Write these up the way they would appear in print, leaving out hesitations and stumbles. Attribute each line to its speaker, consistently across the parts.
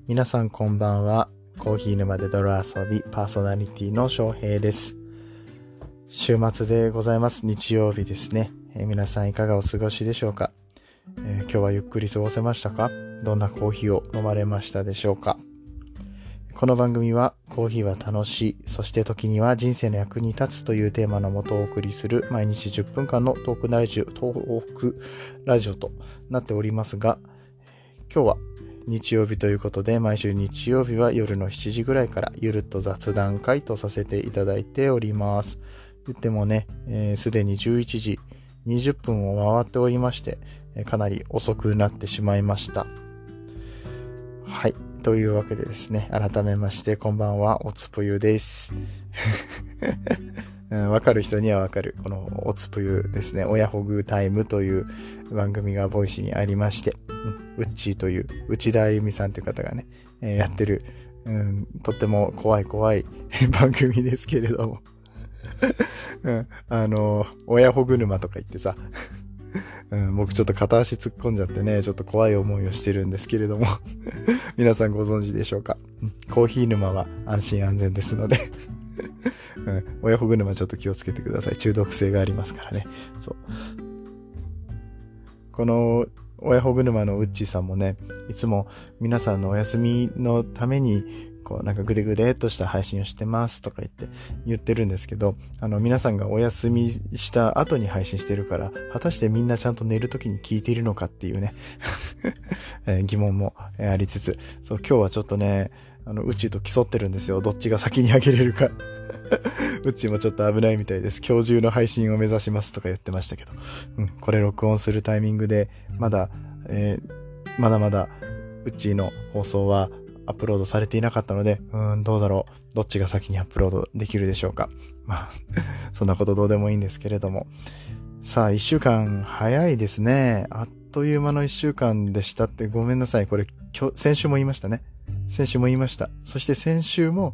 Speaker 1: 皆さんこんばんは。コーヒー沼で泥遊びパーソナリティの翔平です。週末でございます。日曜日ですね。皆さんいかがお過ごしでしょうか。今日はゆっくり過ごせましたか？どんなコーヒーを飲まれましたでしょうか。この番組はコーヒーは楽しい、そして時には人生の役に立つというテーマのもとお送りする毎日10分間のトークラジオとなっておりますが、今日は日曜日ということで、毎週日曜日は夜の7時ぐらいからゆるっと雑談会とさせていただいております。言ってもね、すでに11時20分を回っておりまして、かなり遅くなってしまいました。はい。というわけでですね、改めましてこんばんは、おつぷゆです。わかる人にはわかる、このおつぷゆですね、親ほぐタイムという番組がボイシーにありまして、ウッチーという内田あゆみさんという方がね、やってる、とっても怖い番組ですけれども、親ほぐ沼とか言ってさ、僕ちょっと片足突っ込んじゃってね、ちょっと怖い思いをしてるんですけれども皆さんご存知でしょうか。コーヒー沼は安心安全ですので親ほぐ沼ちょっと気をつけてください。中毒性がありますからね。そう。この親ほぐ沼のウッチーさんもね、いつも皆さんのお休みのためにこうなんかグデグデっとした配信をしてますとか言ってるんですけど、皆さんがお休みした後に配信してるから、果たしてみんなちゃんと寝るときに聞いているのかっていうね疑問もありつつ、そう今日はちょっとね、うちと競ってるんですよ。どっちが先に上げれるかうちもちょっと危ないみたいです。今日中の配信を目指しますとか言ってましたけど、これ録音するタイミングでまだまだうちの放送はアップロードされていなかったので、どうだろう。どっちが先にアップロードできるでしょうか。まあ、そんなことどうでもいいんですけれども。さあ、1週間早いですね。あっという間の1週間でしたって。ごめんなさい。これ、先週も言いましたね。先週も言いました。そして先週も、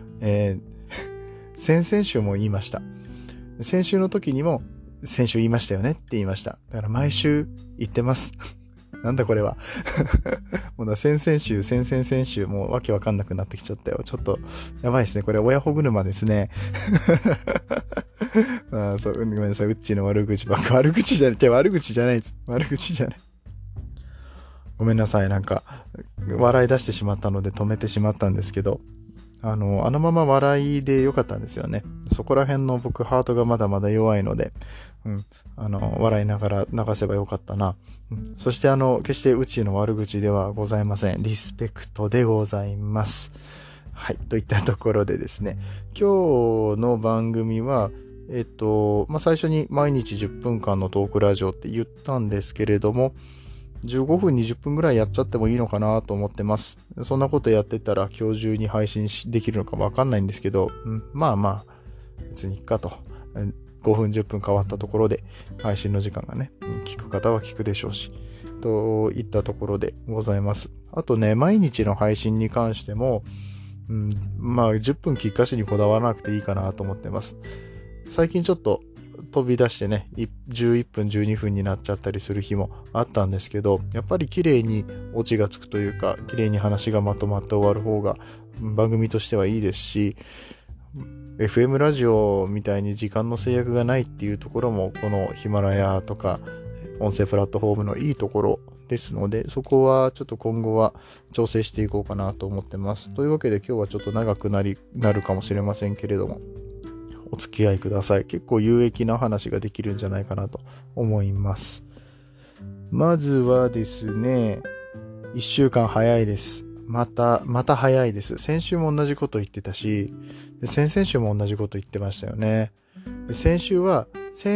Speaker 1: 先々週も言いました。先週の時にも、先週言いましたよねって言いました。だから毎週言ってます。なんだこれはもう先々週もうわけわかんなくなってきちゃったよ。ちょっとやばいですね。これ親ほぐ沼ですねそう、ごめんなさい。うっちーの悪口ばっか。悪口じゃないです。悪口じゃない。ごめんなさい。なんか笑い出してしまったので止めてしまったんですけど、あのまま笑いでよかったんですよね。そこら辺の僕ハートがまだまだ弱いので、笑いながら流せばよかったな。そして決してうちの悪口ではございません。リスペクトでございます。はい。といったところでですね、今日の番組は、最初に毎日10分間のトークラジオって言ったんですけれども、15分20分ぐらいやっちゃってもいいのかなと思ってます。そんなことやってたら今日中に配信できるのかわかんないんですけど、まあ別にいっかと。5分10分変わったところで配信の時間がね、聞く方は聞くでしょうし、といったところでございます。あとね、毎日の配信に関しても、10分きっかしにこだわらなくていいかなと思ってます。最近ちょっと飛び出してね、11分12分になっちゃったりする日もあったんですけど、やっぱり綺麗にオチがつくというか、綺麗に話がまとまって終わる方が番組としてはいいですし、FM ラジオみたいに時間の制約がないっていうところも、このヒマラヤとか音声プラットフォームのいいところですので、そこはちょっと今後は調整していこうかなと思ってます。というわけで今日はちょっと長くなるかもしれませんけれども、お付き合いください。結構有益な話ができるんじゃないかなと思います。まずはですね、1週間早いです。また早いです。先週も同じこと言ってたし、先々週も同じこと言ってましたよね。先週が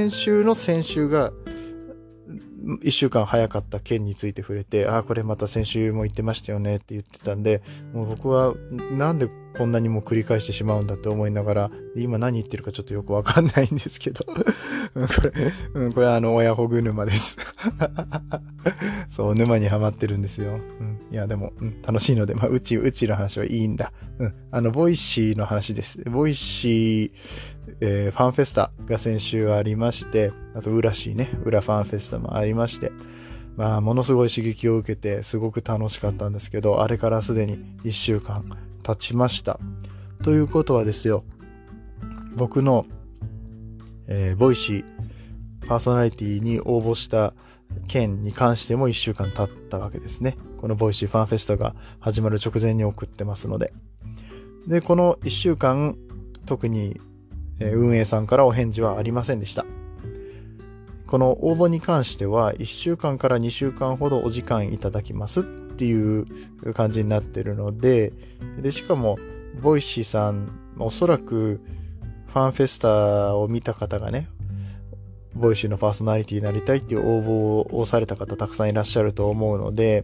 Speaker 1: 1週間早かった件について触れて、これまた先週も言ってましたよねって言ってたんで、もう僕はなんでこんなにも繰り返してしまうんだって思いながら、今何言ってるかちょっとよくわかんないんですけどこれ親ほぐ沼ですそう、沼にはまってるんですよ。いやでも、楽しいので、うちの話はいいんだ。ボイシーの話です。ボイシー、ファンフェスタが先週ありまして、あと裏ファンフェスタもありまして、 ものすごい刺激を受けてすごく楽しかったんですけど、あれからすでに1週間経ちました。ということはですよ、僕の、ボイシーパーソナリティに応募した件に関しても1週間経ったわけですね。このボイシーファンフェスタが始まる直前に送ってますので。で、この1週間、特に、運営さんからお返事はありませんでした。この応募に関しては1週間から2週間ほどお時間いただきますっていう感じになってるので、しかもボイシーさん、おそらくファンフェスタを見た方がね、ボイシーのパーソナリティになりたいっていう応募をされた方たくさんいらっしゃると思うので、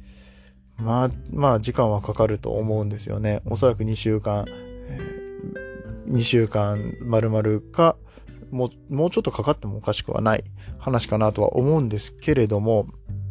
Speaker 1: 時間はかかると思うんですよね。おそらく2週間丸々か、もうちょっとかかってもおかしくはない話かなとは思うんですけれども、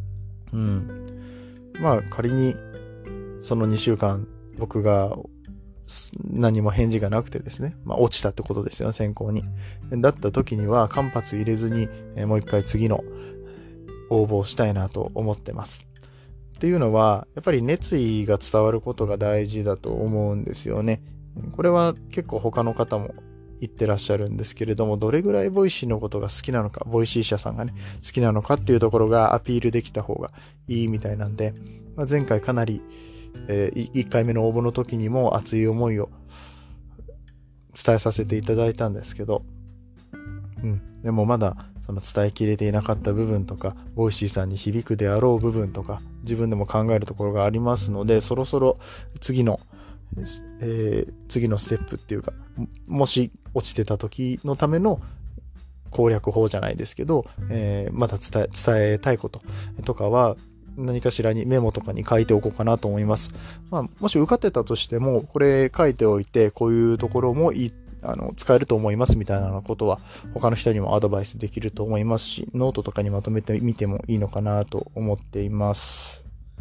Speaker 1: 仮にその2週間僕が何も返事がなくてですね、落ちたってことですよね、選考に。だった時には間髪入れずに、もう一回次の応募をしたいなと思ってます。っていうのは、やっぱり熱意が伝わることが大事だと思うんですよね。これは結構他の方も言ってらっしゃるんですけれども、どれぐらいボイシーのことが好きなのか、ボイシー社さんがね、好きなのかっていうところがアピールできた方がいいみたいなんで、前回かなり、1回目の応募の時にも熱い思いを伝えさせていただいたんですけど、でもまだその伝えきれていなかった部分とか、ボイシーさんに響くであろう部分とか、自分でも考えるところがありますので、そろそろ次のステップっていうか、もし落ちてた時のための攻略法じゃないですけど、まだ伝えたいこととかは何かしらにメモとかに書いておこうかなと思います。もし受かってたとしても、これ書いておいて、こういうところも使えると思いますみたいなことは他の人にもアドバイスできると思いますし、ノートとかにまとめてみてもいいのかなと思っています。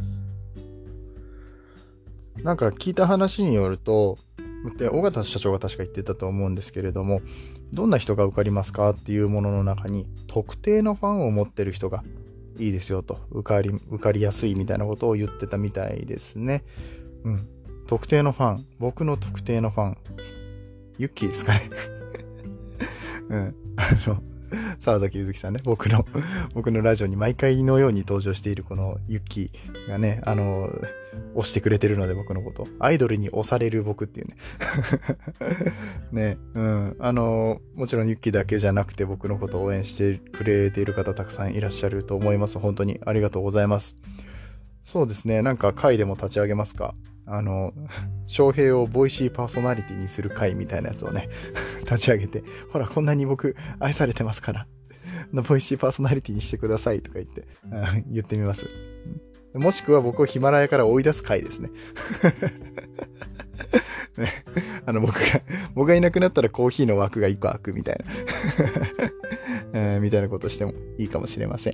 Speaker 1: なんか聞いた話によると、尾形社長が確か言ってたと思うんですけれども、どんな人が受かりますかっていうものの中に特定のファンを持ってる人がいいですよと、受かりやすいみたいなことを言ってたみたいですね。特定のファン、僕の特定のファン、ユッキーですかね。沢崎ゆずきさんね、僕のラジオに毎回のように登場しているこのユッキーがね、推してくれてるので、僕のこと。アイドルに推される僕っていうね。もちろんユッキーだけじゃなくて僕のことを応援してくれている方たくさんいらっしゃると思います。本当にありがとうございます。そうですね、なんか会でも立ち上げますか？翔平をボイシーパーソナリティにする会みたいなやつをね、立ち上げて、ほら、こんなに僕愛されてますから、ボイシーパーソナリティにしてくださいとか言ってみます。もしくは僕をヒマラヤから追い出す会ですね。僕がいなくなったらコーヒーの枠が1個開くみたいな、みたいなことしてもいいかもしれません。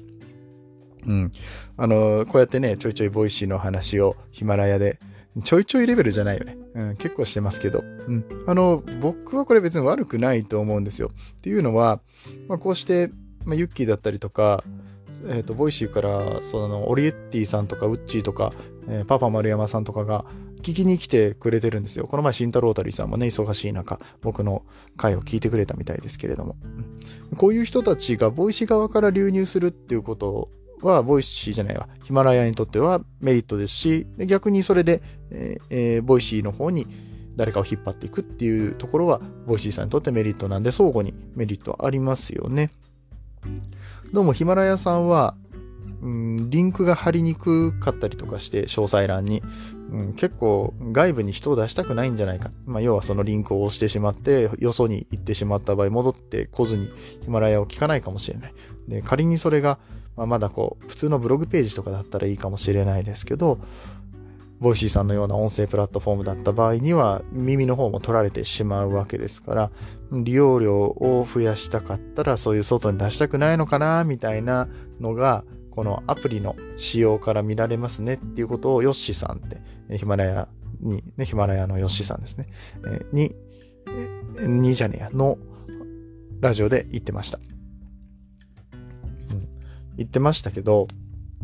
Speaker 1: こうやってね、ちょいちょいボイシーの話をヒマラヤで、ちょいちょいレベルじゃないよね。結構してますけど。僕はこれ別に悪くないと思うんですよ。っていうのは、こうして、ユッキーだったりとか、ボイシーから、オリエッティさんとか、ウッチーとか、パパ丸山さんとかが聞きに来てくれてるんですよ。この前、慎太郎タリーさんもね、忙しい中、僕の回を聞いてくれたみたいですけれども。こういう人たちがボイシー側から流入するっていうことは、ボイシーじゃないわ、ヒマラヤにとってはメリットですし、逆にそれで、ボイシーの方に誰かを引っ張っていくっていうところは、ボイシーさんにとってメリットなんで、相互にメリットありますよね。どうもヒマラヤさんは、リンクが貼りにくかったりとかして、詳細欄に、結構外部に人を出したくないんじゃないか。要はそのリンクを押してしまって、よそに行ってしまった場合、戻ってこずにヒマラヤを聞かないかもしれない。で、仮にそれが、まだ普通のブログページとかだったらいいかもしれないですけど、ボイシーさんのような音声プラットフォームだった場合には、耳の方も取られてしまうわけですから、利用料を増やしたかったら、そういう外に出したくないのかな、みたいなのが、このアプリの仕様から見られますねっていうことをヨッシーさんって、ヒマラヤのヨッシーさんですね、のラジオで言ってました。言ってましたけど、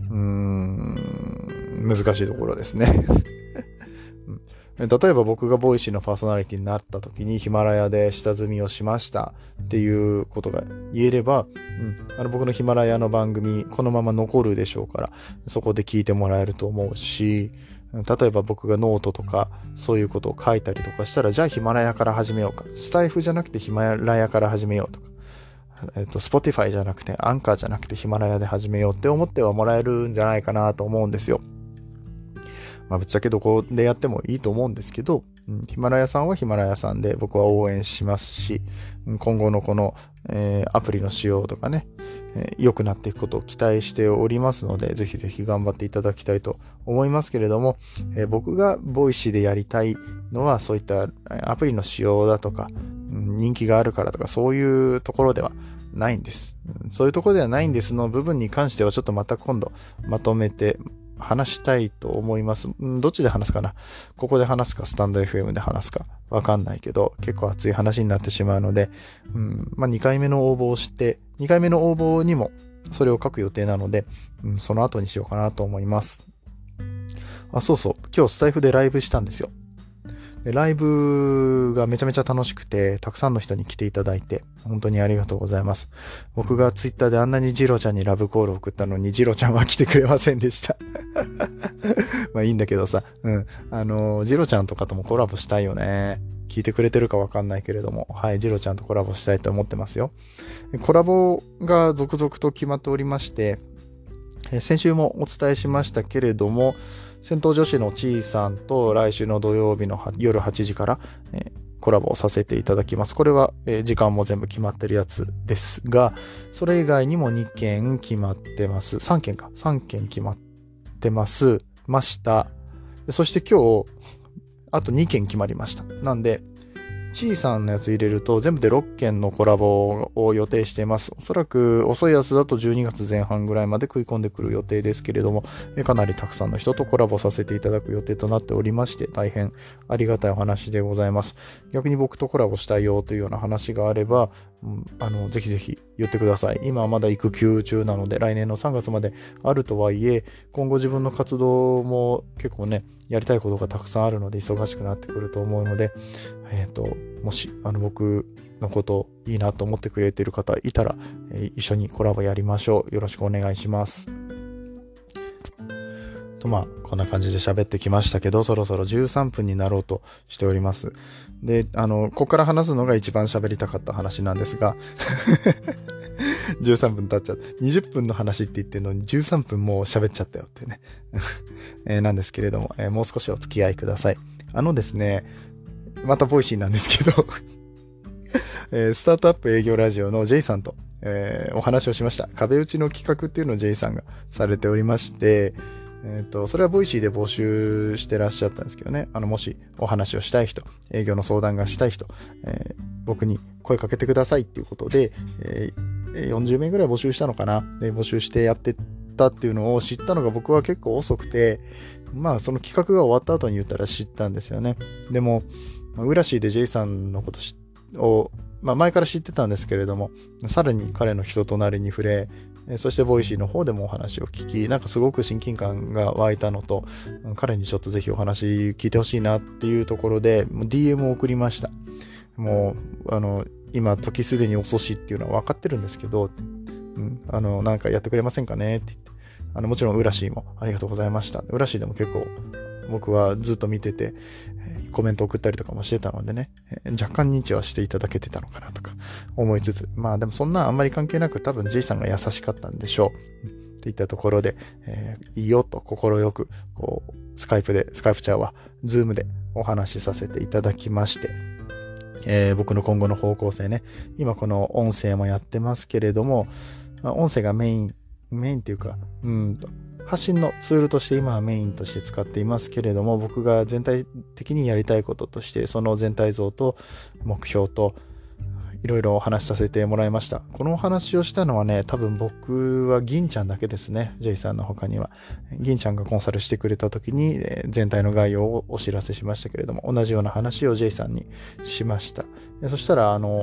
Speaker 1: 難しいところですね。例えば僕がボイシーのパーソナリティになった時にヒマラヤで下積みをしましたっていうことが言えれば、僕のヒマラヤの番組このまま残るでしょうから、そこで聞いてもらえると思うし、例えば僕がノートとかそういうことを書いたりとかしたら、じゃあヒマラヤから始めようか。スタイフじゃなくてヒマラヤから始めようとか。Spotify じゃなくてアンカーじゃなくてヒマラヤで始めようって思ってはもらえるんじゃないかなと思うんですよ。ぶっちゃけどこでやってもいいと思うんですけど、ヒマラヤさんはヒマラヤさんで僕は応援しますし、今後のこの、アプリの仕様とかね、良くなっていくことを期待しておりますので、ぜひぜひ頑張っていただきたいと思いますけれども、僕がボイシーでやりたいのはそういったアプリの仕様だとか、人気があるからとかそういうところではないんです。そういうところではないんですの部分に関してはちょっとまた今度まとめて話したいと思います。どっちで話すかな？ここで話すか、スタンド FM で話すか、わかんないけど、結構熱い話になってしまうので、2回目の応募をして、2回目の応募にもそれを書く予定なので、その後にしようかなと思います。そうそう、今日スタイフでライブしたんですよ。でライブがめちゃめちゃ楽しくて、たくさんの人に来ていただいて、本当にありがとうございます。僕がツイッターであんなにジロちゃんにラブコールを送ったのに、ジロちゃんは来てくれませんでした。いいんだけどさ、ジロちゃんとかともコラボしたいよね。聞いてくれてるかわかんないけれども、はい、ジロちゃんとコラボしたいと思ってますよ。コラボが続々と決まっておりまして、先週もお伝えしましたけれども、戦闘女子のちいさんと来週の土曜日の夜8時から、コラボをさせていただきます。これは、時間も全部決まってるやつですが、それ以外にも2件決まってます。3件決まってました。そして今日、あと2件決まりました。なんで、ちいさんのやつ入れると全部で6件のコラボを予定しています。おそらく遅いやつだと12月前半ぐらいまで食い込んでくる予定ですけれども、かなりたくさんの人とコラボさせていただく予定となっておりまして、大変ありがたいお話でございます。逆に僕とコラボしたいよというような話があれば、ぜひぜひ言ってください。今はまだ育休中なので、来年の3月まであるとはいえ、今後自分の活動も結構ね、やりたいことがたくさんあるので忙しくなってくると思うので、もし僕のこといいなと思ってくれている方いたら、一緒にコラボやりましょう。よろしくお願いします。こんな感じで喋ってきましたけど、そろそろ13分になろうとしております。で、ここから話すのが一番喋りたかった話なんですが、13分経っちゃって、20分の話って言ってるのに13分もう喋っちゃったよってね。なんですけれども、もう少しお付き合いください。ですね、またボイシーなんですけど、スタートアップ営業ラジオの J さんと、お話をしました。壁打ちの企画っていうのを J さんがされておりまして、それはボイシーで募集してらっしゃったんですけどね、もしお話をしたい人、営業の相談がしたい人、僕に声かけてくださいっていうことで、40名ぐらい募集したのかな。で、募集してやってたっていうのを知ったのが僕は結構遅くて、その企画が終わった後に言ったら知ったんですよね。でも、ウラシーで J さんのことを、前から知ってたんですけれども、さらに彼の人となりに触れ、そしてボイシーの方でもお話を聞き、なんかすごく親近感が湧いたのと、彼にちょっとぜひお話聞いてほしいなっていうところで、DM を送りました。もう、今、時すでに遅しっていうのは分かってるんですけど、なんかやってくれませんかねって言って、もちろんウラシーもありがとうございました。ウラシーでも結構僕はずっと見てて、コメント送ったりとかもしてたのでね、若干認知はしていただけてたのかなとか思いつつ、でもそんなあんまり関係なく多分 J さんが優しかったんでしょう。っていったところで、いいよと心よく、スカイプちゃうわ、ズームでお話しさせていただきまして、僕の今後の方向性ね、今この音声もやってますけれども、音声がメインっていうか、発信のツールとして今はメインとして使っていますけれども、僕が全体的にやりたいこととしてその全体像と目標といろいろお話しさせてもらいました。このお話をしたのはね、多分僕は銀ちゃんだけですね。J さんの他には銀ちゃんがコンサルしてくれた時に全体の概要をお知らせしましたけれども、同じような話を J さんにしました。そしたら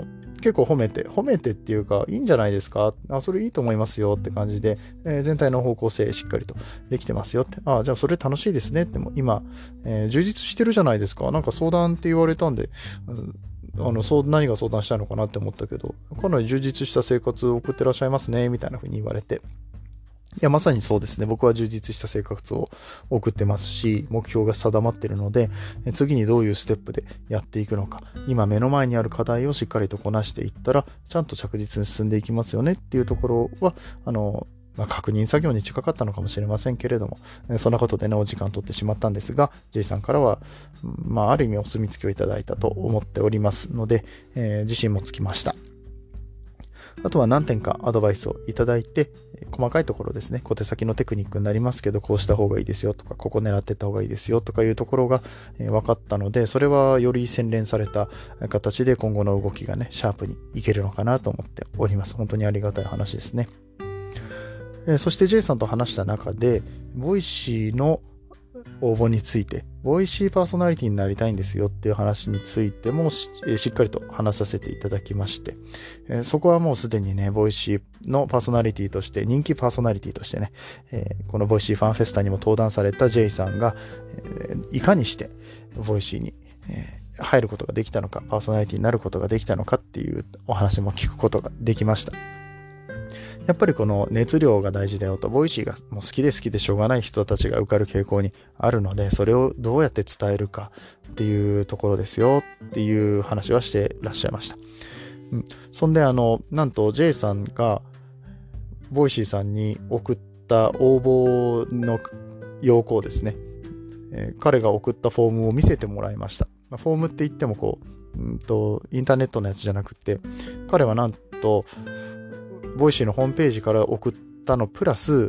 Speaker 1: 結構褒めてっていうか、いいんじゃないですか、それいいと思いますよって感じで、全体の方向性しっかりとできてますよって、じゃあそれ楽しいですねって、も今、充実してるじゃないですか、なんか相談って言われたんで、何が相談したいのかなって思ったけど、かなり充実した生活を送ってらっしゃいますねみたいな風に言われて、いや、まさにそうですね。僕は充実した生活を送ってますし、目標が定まっているので、次にどういうステップでやっていくのか、今目の前にある課題をしっかりとこなしていったら、ちゃんと着実に進んでいきますよねっていうところは、確認作業に近かったのかもしれませんけれども、そんなことでね、お時間取ってしまったんですが、J さんからは、ある意味お墨付きをいただいたと思っておりますので、自信もつきました。あとは何点かアドバイスをいただいて、細かいところですね、小手先のテクニックになりますけど、こうした方がいいですよとか、ここ狙っていった方がいいですよとかいうところが分かったので、それはより洗練された形で今後の動きがね、シャープにいけるのかなと思っております。本当にありがたい話ですね。そして J さんと話した中で、ボイシーの応募について、ボイシーパーソナリティになりたいんですよっていう話についても しっかりと話させていただきまして、そこはもうすでにね、ボイシーのパーソナリティとして、人気パーソナリティとしてね、このボイシーファンフェスタにも登壇された J さんが、いかにしてボイシーに、入ることができたのか、パーソナリティになることができたのかっていうお話も聞くことができました。やっぱりこの熱量が大事だよと、ボイシーがもう好きでしょうがない人たちが受かる傾向にあるので、それをどうやって伝えるかっていうところですよっていう話はしてらっしゃいました。そんでなんと J さんがボイシーさんに送った応募の要項ですね、彼が送ったフォームを見せてもらいました。フォームって言ってもインターネットのやつじゃなくて、彼はなんとボイシーのホームページから送ったのプラス、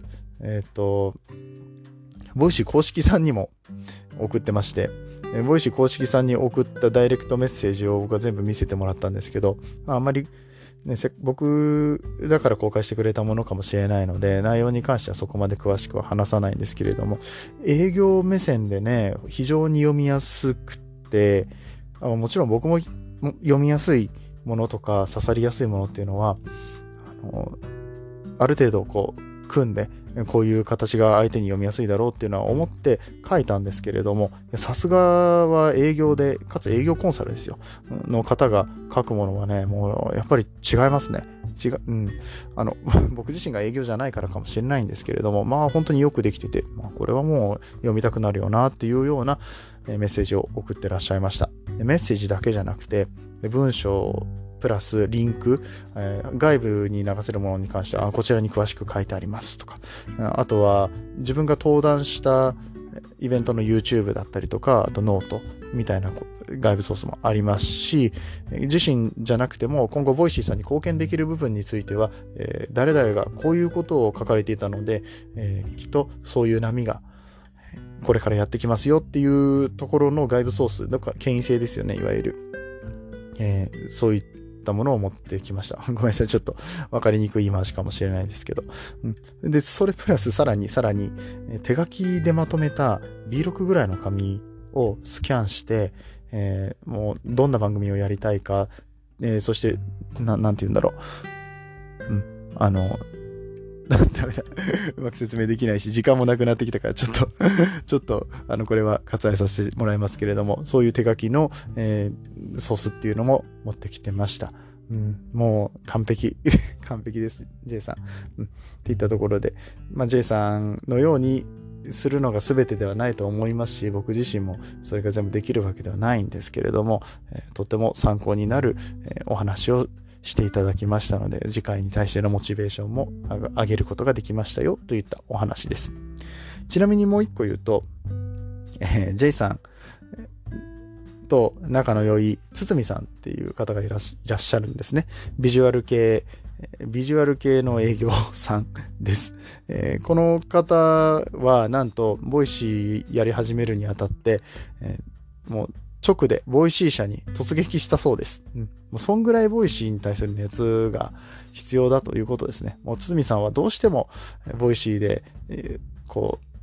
Speaker 1: ボイシー公式さんにも送ってまして、ボイシー公式さんに送ったダイレクトメッセージを僕は全部見せてもらったんですけど、あんまり、ね、僕だから公開してくれたものかもしれないので、内容に関してはそこまで詳しくは話さないんですけれども、営業目線でね、非常に読みやすくて、もちろん僕も読みやすいものとか刺さりやすいものっていうのは、ある程度組んで、こういう形が相手に読みやすいだろうっていうのは思って書いたんですけれども、さすがは営業で、かつ営業コンサルですよ、の方が書くものはね、もうやっぱり違いますね。僕自身が営業じゃないからかもしれないんですけれども、本当によくできてて、これはもう読みたくなるよなっていうようなメッセージを送ってらっしゃいました。メッセージだけじゃなくて、文章プラスリンク、外部に流せるものに関してはこちらに詳しく書いてありますとか、あとは自分が登壇したイベントの YouTube だったりとか、あとノートみたいな外部ソースもありますし、自身じゃなくても今後ボイシーさんに貢献できる部分については、誰々がこういうことを書かれていたので、きっとそういう波がこれからやってきますよっていうところの外部ソース、だから権威性ですよね、いわゆる、そういったものを持ってきました。ごめんなさい、ちょっと分かりにくい言い回しかもしれないですけど、でそれプラスさらに手書きでまとめた B6 ぐらいの紙をスキャンして、もうどんな番組をやりたいか、そしてなんて言うんだろう、ダメだうまく説明できないし時間もなくなってきたからちょっとこれは割愛させてもらいますけれども、そういう手書きの、ソースっていうのも持ってきてました。もう完璧完璧です J さん、っていったところで、J さんのようにするのが全てではないと思いますし、僕自身もそれが全部できるわけではないんですけれども、とても参考になる、お話をしていただきましたので、次回に対してのモチベーションも上げることができましたよといったお話です。ちなみにもう一個言うと、J さんと仲の良い堤さんっていう方がいらっしゃるんですね。ビジュアル系の営業さんです。この方はなんとボイシーやり始めるにあたって、もう直でボイシー社に突撃したそうです。もうそんぐらいボイシーに対する熱が必要だということですね。もう堤さんはどうしてもボイシーで、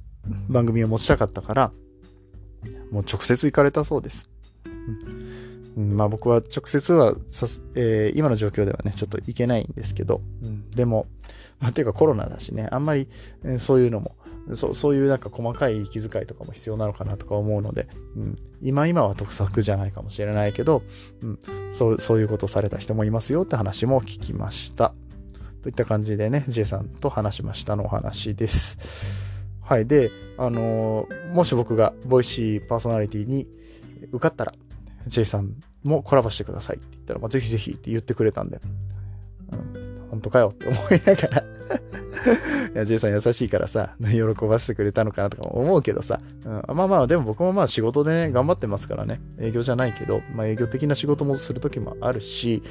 Speaker 1: 番組を持ちたかったから、もう直接行かれたそうです。 まあ僕は直接は今の状況ではね、ちょっと行けないんですけど、でも、まあていうかコロナだしね、あんまり、そういうのも、そういうなんか細かい気遣いとかも必要なのかなとか思うので、今は得策じゃないかもしれないけど、そういうことをされた人もいますよって話も聞きました。といった感じでね、J さんと話しましたのお話です。はい。で、もし僕がボイシーパーソナリティに受かったら、J さんもコラボしてくださいって言ったら、ぜひぜひって言ってくれたんで、本当かよって思いながらいや、J さん優しいからさ、喜ばせてくれたのかなとか思うけどさ、まあでも僕もまあ仕事でね、頑張ってますからね、営業じゃないけど、まあ営業的な仕事もするときもあるし、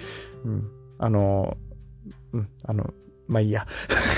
Speaker 1: まあいいや。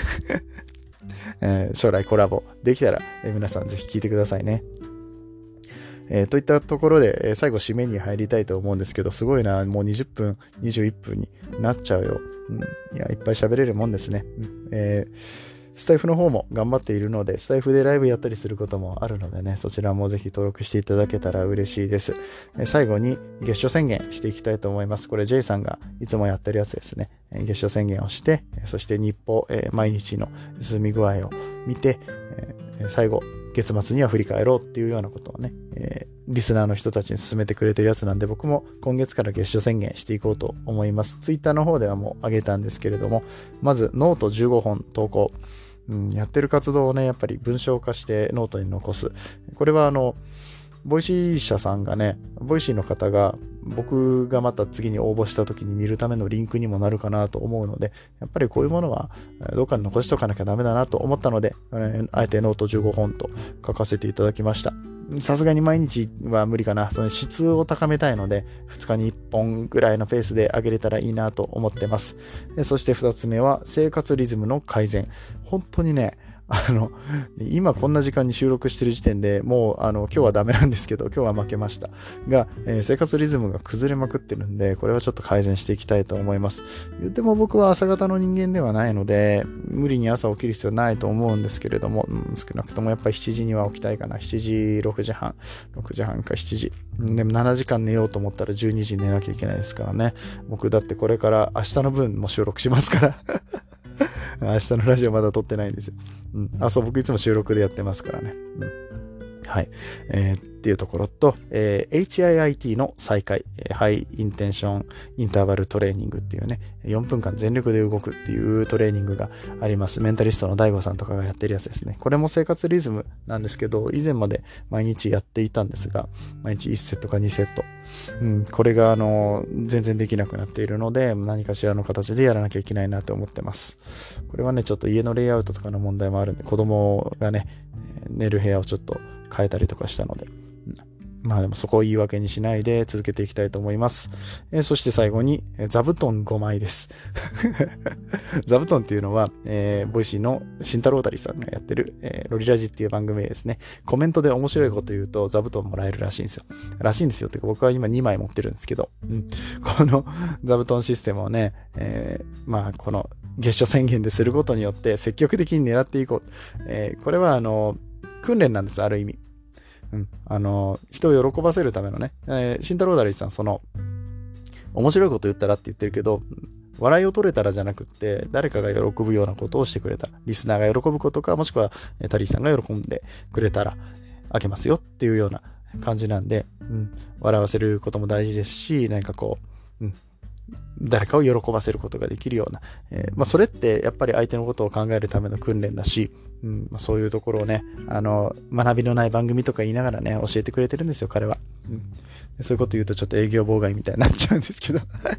Speaker 1: 将来コラボできたら、皆さんぜひ聞いてくださいね。といったところで、最後締めに入りたいと思うんですけど、すごいな、もう20分、21分になっちゃうよ。いや、いっぱい喋れるもんですね。スタイフの方も頑張っているので、スタイフでライブやったりすることもあるのでね、そちらもぜひ登録していただけたら嬉しいです。最後に月初宣言していきたいと思います。これ J さんがいつもやってるやつですね。月初宣言をして、そして日報、毎日の進み具合を見て、最後、月末には振り返ろうっていうようなことをね、リスナーの人たちに勧めてくれてるやつなんで、僕も今月から月初宣言していこうと思います。ツイッターの方ではもう上げたんですけれども、まずノート15本投稿。やってる活動をね、やっぱり文章化してノートに残す。これはボイシー社さんがね、ボイシーの方が僕がまた次に応募した時に見るためのリンクにもなるかなと思うので、やっぱりこういうものはどっかに残しておかなきゃダメだなと思ったので、あえてノート15本と書かせていただきました。さすがに毎日は無理かな。その質を高めたいので、2日に1本ぐらいのペースで上げれたらいいなと思ってます。そして2つ目は生活リズムの改善。本当にね、今こんな時間に収録してる時点でもう今日はダメなんですけど、今日は負けましたが、生活リズムが崩れまくってるんで、これはちょっと改善していきたいと思います。言っても僕は朝方の人間ではないので、無理に朝起きる必要ないと思うんですけれども、少なくともやっぱり7時には起きたいかな。7時、6時半か7時。でも7時間寝ようと思ったら12時に寝なきゃいけないですからね。僕だってこれから明日の分も収録しますから明日のラジオまだ撮ってないんですよ。そう、僕いつも収録でやってますからね。はい。っていうところと、HIIT の再開、ハイインテンションインターバルトレーニングっていうね、4分間全力で動くっていうトレーニングがあります。メンタリストの DAIGO さんとかがやってるやつですね。これも生活リズムなんですけど、以前まで毎日やっていたんですが、毎日1セットか2セット。これが全然できなくなっているので、何かしらの形でやらなきゃいけないなと思ってます。これはね、ちょっと家のレイアウトとかの問題もあるんで、子供がね、寝る部屋をちょっと変えたりとかしたので、まあでもそこを言い訳にしないで続けていきたいと思います。そして最後に座布団5枚です。座布団っていうのは、ボイシーの慎太郎たりさんがやってる、ロリラジっていう番組ですね。コメントで面白いこと言うと座布団もらえるらしいんですよ。ってか僕は今2枚持ってるんですけど、この座布団システムをね、まあこの月初宣言ですることによって積極的に狙っていこう。これは訓練なんです、ある意味。人を喜ばせるためのね、慎太郎だりさん、面白いこと言ったらって言ってるけど、笑いを取れたらじゃなくって、誰かが喜ぶようなことをしてくれたら、リスナーが喜ぶことか、もしくは、タリーさんが喜んでくれたら、あげますよっていうような感じなんで、笑わせることも大事ですし、何かこう、誰かを喜ばせることができるような、それってやっぱり相手のことを考えるための訓練だし、そういうところをね、学びのない番組とか言いながらね、教えてくれてるんですよ、彼は。そういうこと言うとちょっと営業妨害みたいになっちゃうんですけど、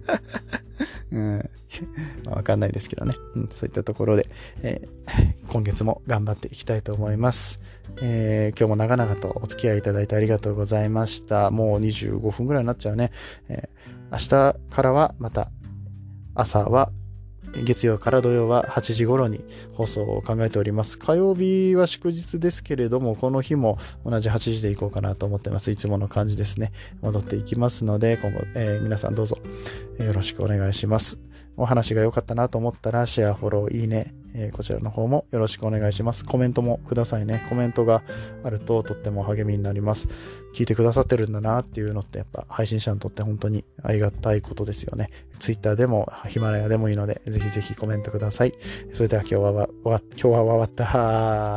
Speaker 1: わかんないですけどね、そういったところで、今月も頑張っていきたいと思います。今日も長々とお付き合いいただいてありがとうございました。もう25分ぐらいになっちゃうね。明日からはまた朝は月曜から土曜は8時頃に放送を考えております。火曜日は祝日ですけれども、この日も同じ8時で行こうかなと思ってます。いつもの感じですね。戻っていきますので、今後、皆さんどうぞよろしくお願いします。 お話が良かったなと思ったら、シェア、フォロー、いいね、こちらの方もよろしくお願いします。コメントもくださいね。コメントがあるととっても励みになります。聞いてくださってるんだなっていうのってやっぱ配信者にとって本当にありがたいことですよね。Twitter でもヒマラヤでもいいので、ぜひぜひコメントください。それでは今日は終わった。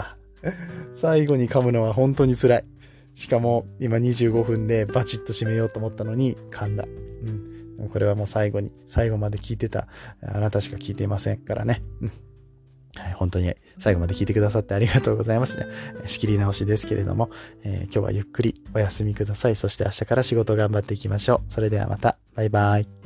Speaker 1: 最後に噛むのは本当に辛い。しかも今25分でバチッと締めようと思ったのに噛んだ。これはもう最後まで聞いてたあなたしか聞いていませんからね。はい、本当に最後まで聞いてくださってありがとうございますね。仕切り直しですけれども、今日はゆっくりお休みください。そして明日から仕事頑張っていきましょう。それではまた。バイバイ。